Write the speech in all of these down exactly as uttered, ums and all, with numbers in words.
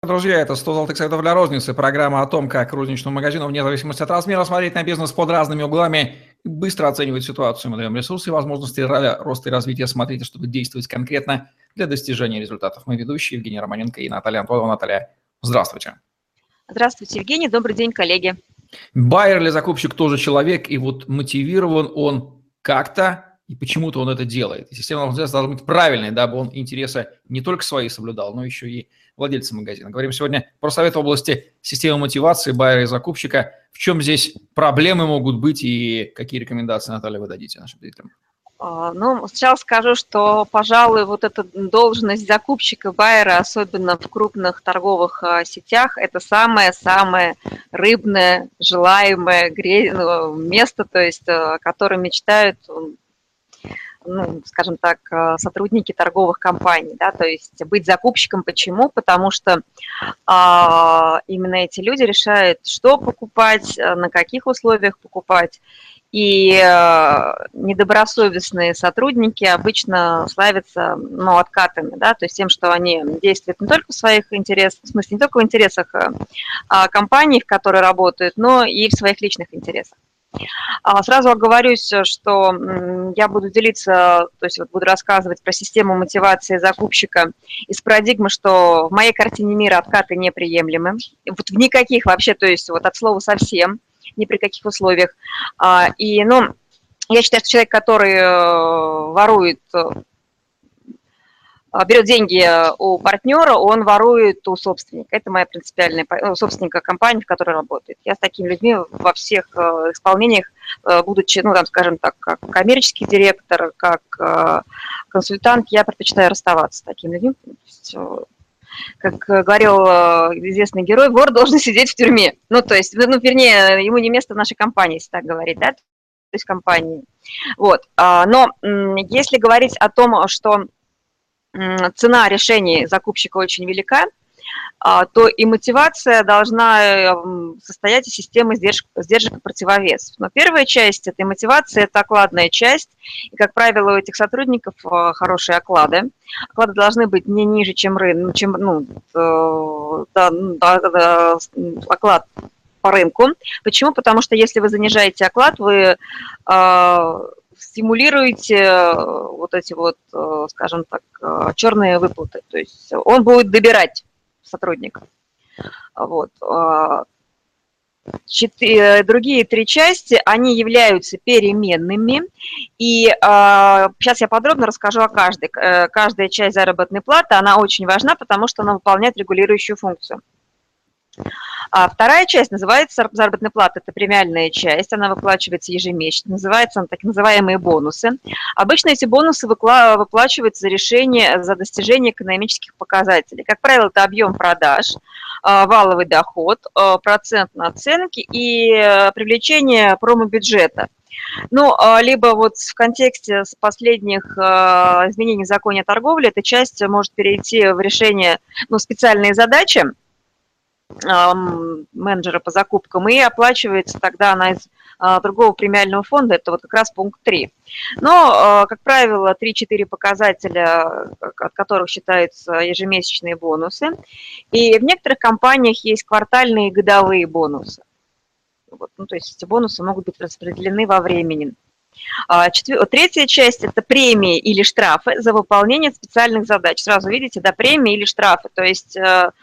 друзья, это сто золотых советов для розницы. Программа о том, как розничному магазину, вне зависимости от размера, смотреть на бизнес под разными углами и быстро оценивать ситуацию. Мы даем ресурсы и возможности роста и развития. Смотрите, чтобы действовать конкретно для достижения результатов. Мы ведущие Евгений Романенко и Наталья Антонова. Наталья, здравствуйте. Здравствуйте, Евгений. Добрый день, коллеги. Байер или закупщик тоже человек, и вот мотивирован он как-то, и почему-то он это делает. И система должна быть правильной, дабы он интересы не только свои соблюдал, но еще и владельца магазина. Говорим сегодня про совет в области системы мотивации байера и закупщика. В чем здесь проблемы могут быть и какие рекомендации, Наталья, вы дадите нашим зрителям? Ну, сначала скажу, что, пожалуй, вот эта должность закупщика байера, особенно в крупных торговых сетях, это самое-самое рыбное, желаемое место, то есть, о котором мечтают, ну, скажем так, сотрудники торговых компаний, да, то есть быть закупщиком. Почему? Потому что а, именно эти люди решают, что покупать, на каких условиях покупать, и а, недобросовестные сотрудники обычно славятся, ну, откатами, да, то есть тем, что они действуют не только в своих интересах, в смысле, не только в интересах а, компаний, в которой работают, но и в своих личных интересах. Сразу оговорюсь, что я буду делиться, то есть вот буду рассказывать про систему мотивации закупщика из парадигмы, что в моей картине мира откаты неприемлемы. Вот в никаких вообще, то есть вот от слова совсем, ни при каких условиях. И, ну, я считаю, что человек, который ворует, берет деньги у партнера, он ворует у собственника. Это моя принципиальная, у собственника компании, в которой работает. Я с такими людьми во всех исполнениях, будучи, ну, там, скажем так, как коммерческий директор, как консультант, я предпочитаю расставаться с такими людьми. Как говорил известный герой, вор должен сидеть в тюрьме. Ну, то есть, ну, вернее, ему не место в нашей компании, если так говорить, да, то есть компании. Вот. Но если говорить о том, что цена решений закупщика очень велика, то и мотивация должна состоять из системы сдержек, сдержек и противовесов. Но первая часть этой мотивации – это окладная часть. И, как правило, у этих сотрудников хорошие оклады. Оклады должны быть не ниже, чем, рынок, чем ну, да, да, оклад по рынку. Почему? Потому что если вы занижаете оклад, вы стимулируете вот эти вот, скажем так, черные выплаты. То есть он будет добирать сотрудников. Вот. Четыре, другие три части, они являются переменными. И а, сейчас я подробно расскажу о каждой. Каждая часть заработной платы, она очень важна, потому что она выполняет регулирующую функцию. А вторая часть называется заработная плата, это премиальная часть, она выплачивается ежемесячно, называется она так называемые бонусы. Обычно эти бонусы выплачиваются за решение, за достижение экономических показателей. Как правило, это объем продаж, валовый доход, процент наценки и привлечение промо-бюджета. Ну, либо вот в контексте последних изменений в законе о торговле эта часть может перейти в решение, ну, специальные задачи менеджера по закупкам, и оплачивается тогда она из другого премиального фонда, это вот как раз пункт три. Но, как правило, три-четыре показателя, от которых считаются ежемесячные бонусы, и в некоторых компаниях есть квартальные и годовые бонусы. Вот, ну, то есть эти бонусы могут быть распределены во времени. Четвер... Третья часть – это премии или штрафы за выполнение специальных задач. Сразу видите, да, премии или штрафы, то есть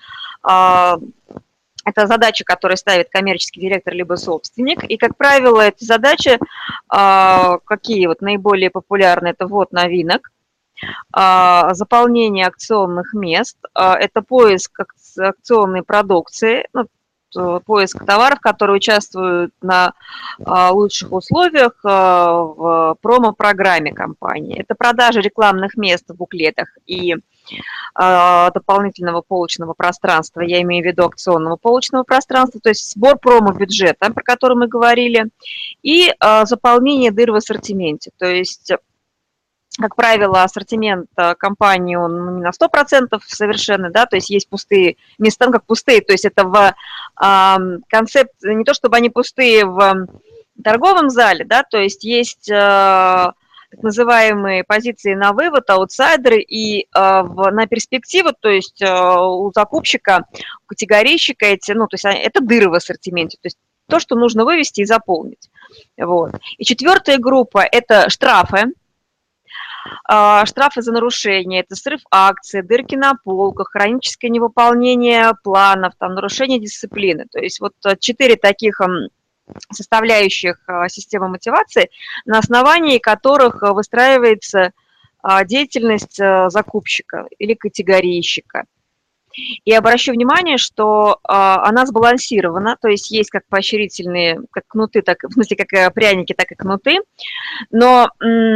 это задачи, которые ставит коммерческий директор либо собственник. И, как правило, эти задачи, какие вот наиболее популярны, это ввод новинок, заполнение акционных мест, это поиск акционной продукции, ну, поиск товаров, которые участвуют на лучших условиях в промо-программе компании. Это продажа рекламных мест в буклетах и дополнительного полочного пространства, я имею в виду акционного полочного пространства, то есть сбор промо-бюджета, про который мы говорили, и заполнение дыр в ассортименте, то есть, как правило, ассортимент компании, он не на сто процентов совершенный, да, то есть есть пустые места, ну, как пустые, то есть это в э, концепт, не то чтобы они пустые в торговом зале, да, то есть есть э, так называемые позиции на вывод, аутсайдеры, и в, на перспективу, то есть у закупщика, у категорийщика эти, ну, то есть это дыры в ассортименте, то есть то, что нужно вывести и заполнить. Вот. И четвертая группа – это штрафы. Штрафы за нарушение, это срыв акций, дырки на полках, хроническое невыполнение планов, там, нарушение дисциплины. То есть вот четыре таких составляющих системы мотивации, на основании которых выстраивается деятельность закупщика или категорийщика. И обращу внимание, что она сбалансирована, то есть есть как поощрительные, как кнуты, так, в смысле, как пряники, так и кнуты, но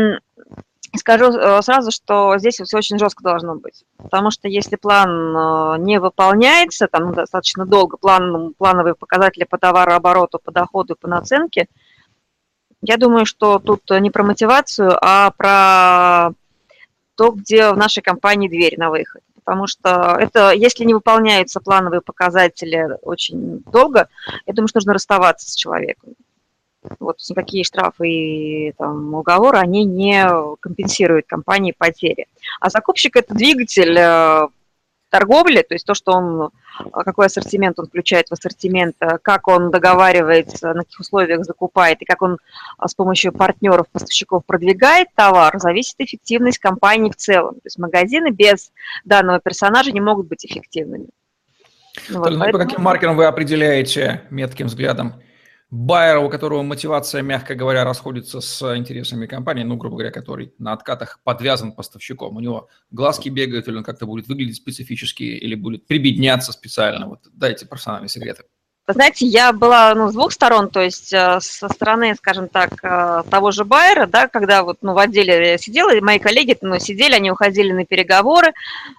скажу сразу, что здесь все очень жестко должно быть, потому что если план не выполняется, там достаточно долго, план, плановые показатели по товарообороту, по доходу, по наценке, я думаю, что тут не про мотивацию, а про то, где в нашей компании дверь на выход. Потому что это, если не выполняются плановые показатели очень долго, я думаю, что нужно расставаться с человеком. Вот никакие штрафы и там, уговоры, они не компенсируют компании потери. А закупщик – это двигатель торговли, то есть то, что он, какой ассортимент он включает в ассортимент, как он договаривается, на каких условиях закупает, и как он с помощью партнеров, поставщиков продвигает товар, зависит эффективность компании в целом. То есть магазины без данного персонажа не могут быть эффективными. Вот, поэтому... По каким маркерам вы определяете метким взглядом байера, у которого мотивация, мягко говоря, расходится с интересами компании, ну, грубо говоря, который на откатах подвязан поставщиком. У него глазки бегают, или он как-то будет выглядеть специфически, или будет прибедняться специально. Вот дайте профессиональные секреты. Вы знаете, я была ну, с двух сторон, то есть со стороны, скажем так, того же байера, да, когда вот ну, в отделе сидела, мои коллеги ну, сидели, они уходили на переговоры,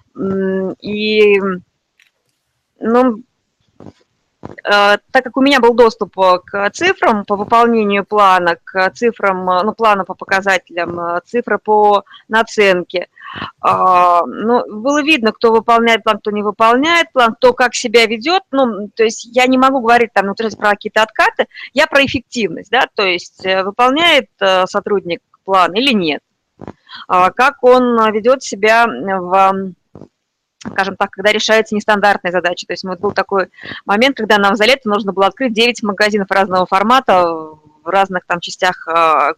и ну, так как у меня был доступ к цифрам по выполнению плана, к цифрам, ну, плана по показателям, цифры по наценке, ну, было видно, кто выполняет план, кто не выполняет план, кто как себя ведет. Ну, то есть я не могу говорить там, ну, про какие-то откаты, я про эффективность, да, то есть выполняет сотрудник план или нет, как он ведет себя в... скажем так, когда решаются нестандартные задачи. То есть вот был такой момент, когда нам за лето нужно было открыть девять магазинов разного формата в разных там частях э,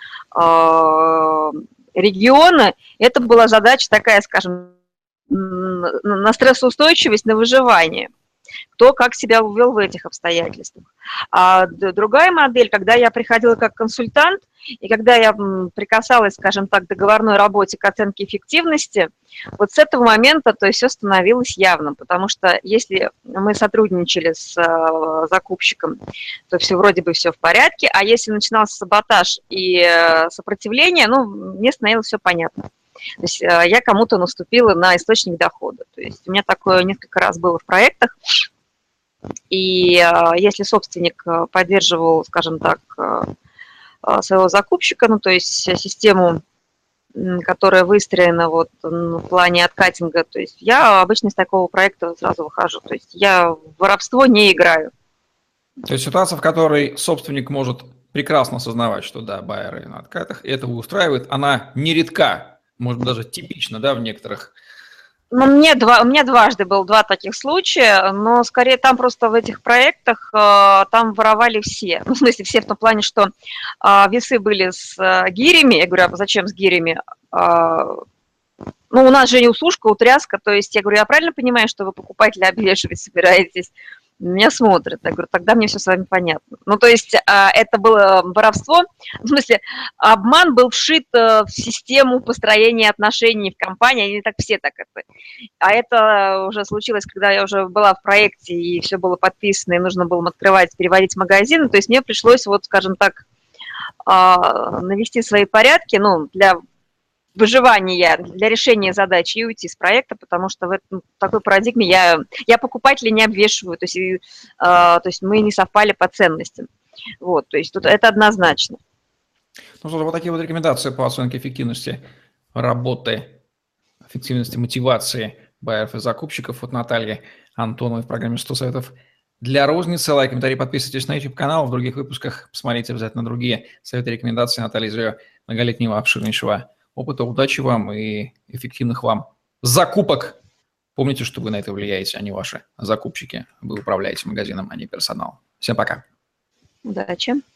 э, региона. Это была задача такая, скажем, на стрессоустойчивость, на выживание. Кто как себя ввел в этих обстоятельствах. А другая модель, когда я приходила как консультант, и когда я прикасалась, скажем так, к договорной работе, к оценке эффективности, вот с этого момента то есть все становилось явным, потому что если мы сотрудничали с закупщиком, то все вроде бы все в порядке, а если начинался саботаж и сопротивление, ну, мне становилось все понятно. То есть я кому-то наступила на источник дохода. То есть у меня такое несколько раз было в проектах, и если собственник поддерживал, скажем так, своего закупщика, ну, то есть систему, которая выстроена вот в плане откатинга, то есть я обычно из такого проекта сразу выхожу. То есть я в воровство не играю. То есть ситуация, в которой собственник может прекрасно осознавать, что да, байеры на откатах, и это устраивает, она нередка, может быть, даже типична, да, в некоторых. Ну, мне два, у меня дважды было два таких случая, но скорее там просто в этих проектах э, там воровали все. Ну, в смысле, все в том плане, что э, весы были с э, гирями. Я говорю, а зачем с гирями? Э, ну, у нас же не услужка, утряска. То есть я говорю, я правильно понимаю, что вы покупателя обвешивать собираетесь? Меня смотрят. Я говорю, тогда мне все с вами понятно. Ну, то есть это было воровство. В смысле, обман был вшит в систему построения отношений в компании. Они так все так это. А это уже случилось, когда я уже была в проекте, и все было подписано, и нужно было открывать, переводить магазин. То есть мне пришлось, вот, скажем так, навести свои порядки, ну, для выживания, для решения задачи и уйти с проекта, потому что в, этом, в такой парадигме я, я покупателей не обвешиваю, то есть, и, э, то есть мы не совпали по ценностям. Вот, то есть тут это однозначно. Ну что, вот такие вот рекомендации по оценке эффективности работы, эффективности мотивации байеров и закупщиков от Натальи Антоновой в программе «сто советов для розницы». Лайк, комментарий, подписывайтесь на YouTube-канал. В других выпусках посмотрите обязательно другие советы и рекомендации Натальи из ее многолетнего обширнейшего опыта. Удачи вам и эффективных вам закупок. Помните, что вы на это влияете, а не ваши закупщики. Вы управляете магазином, а не персонал. Всем пока. Удачи.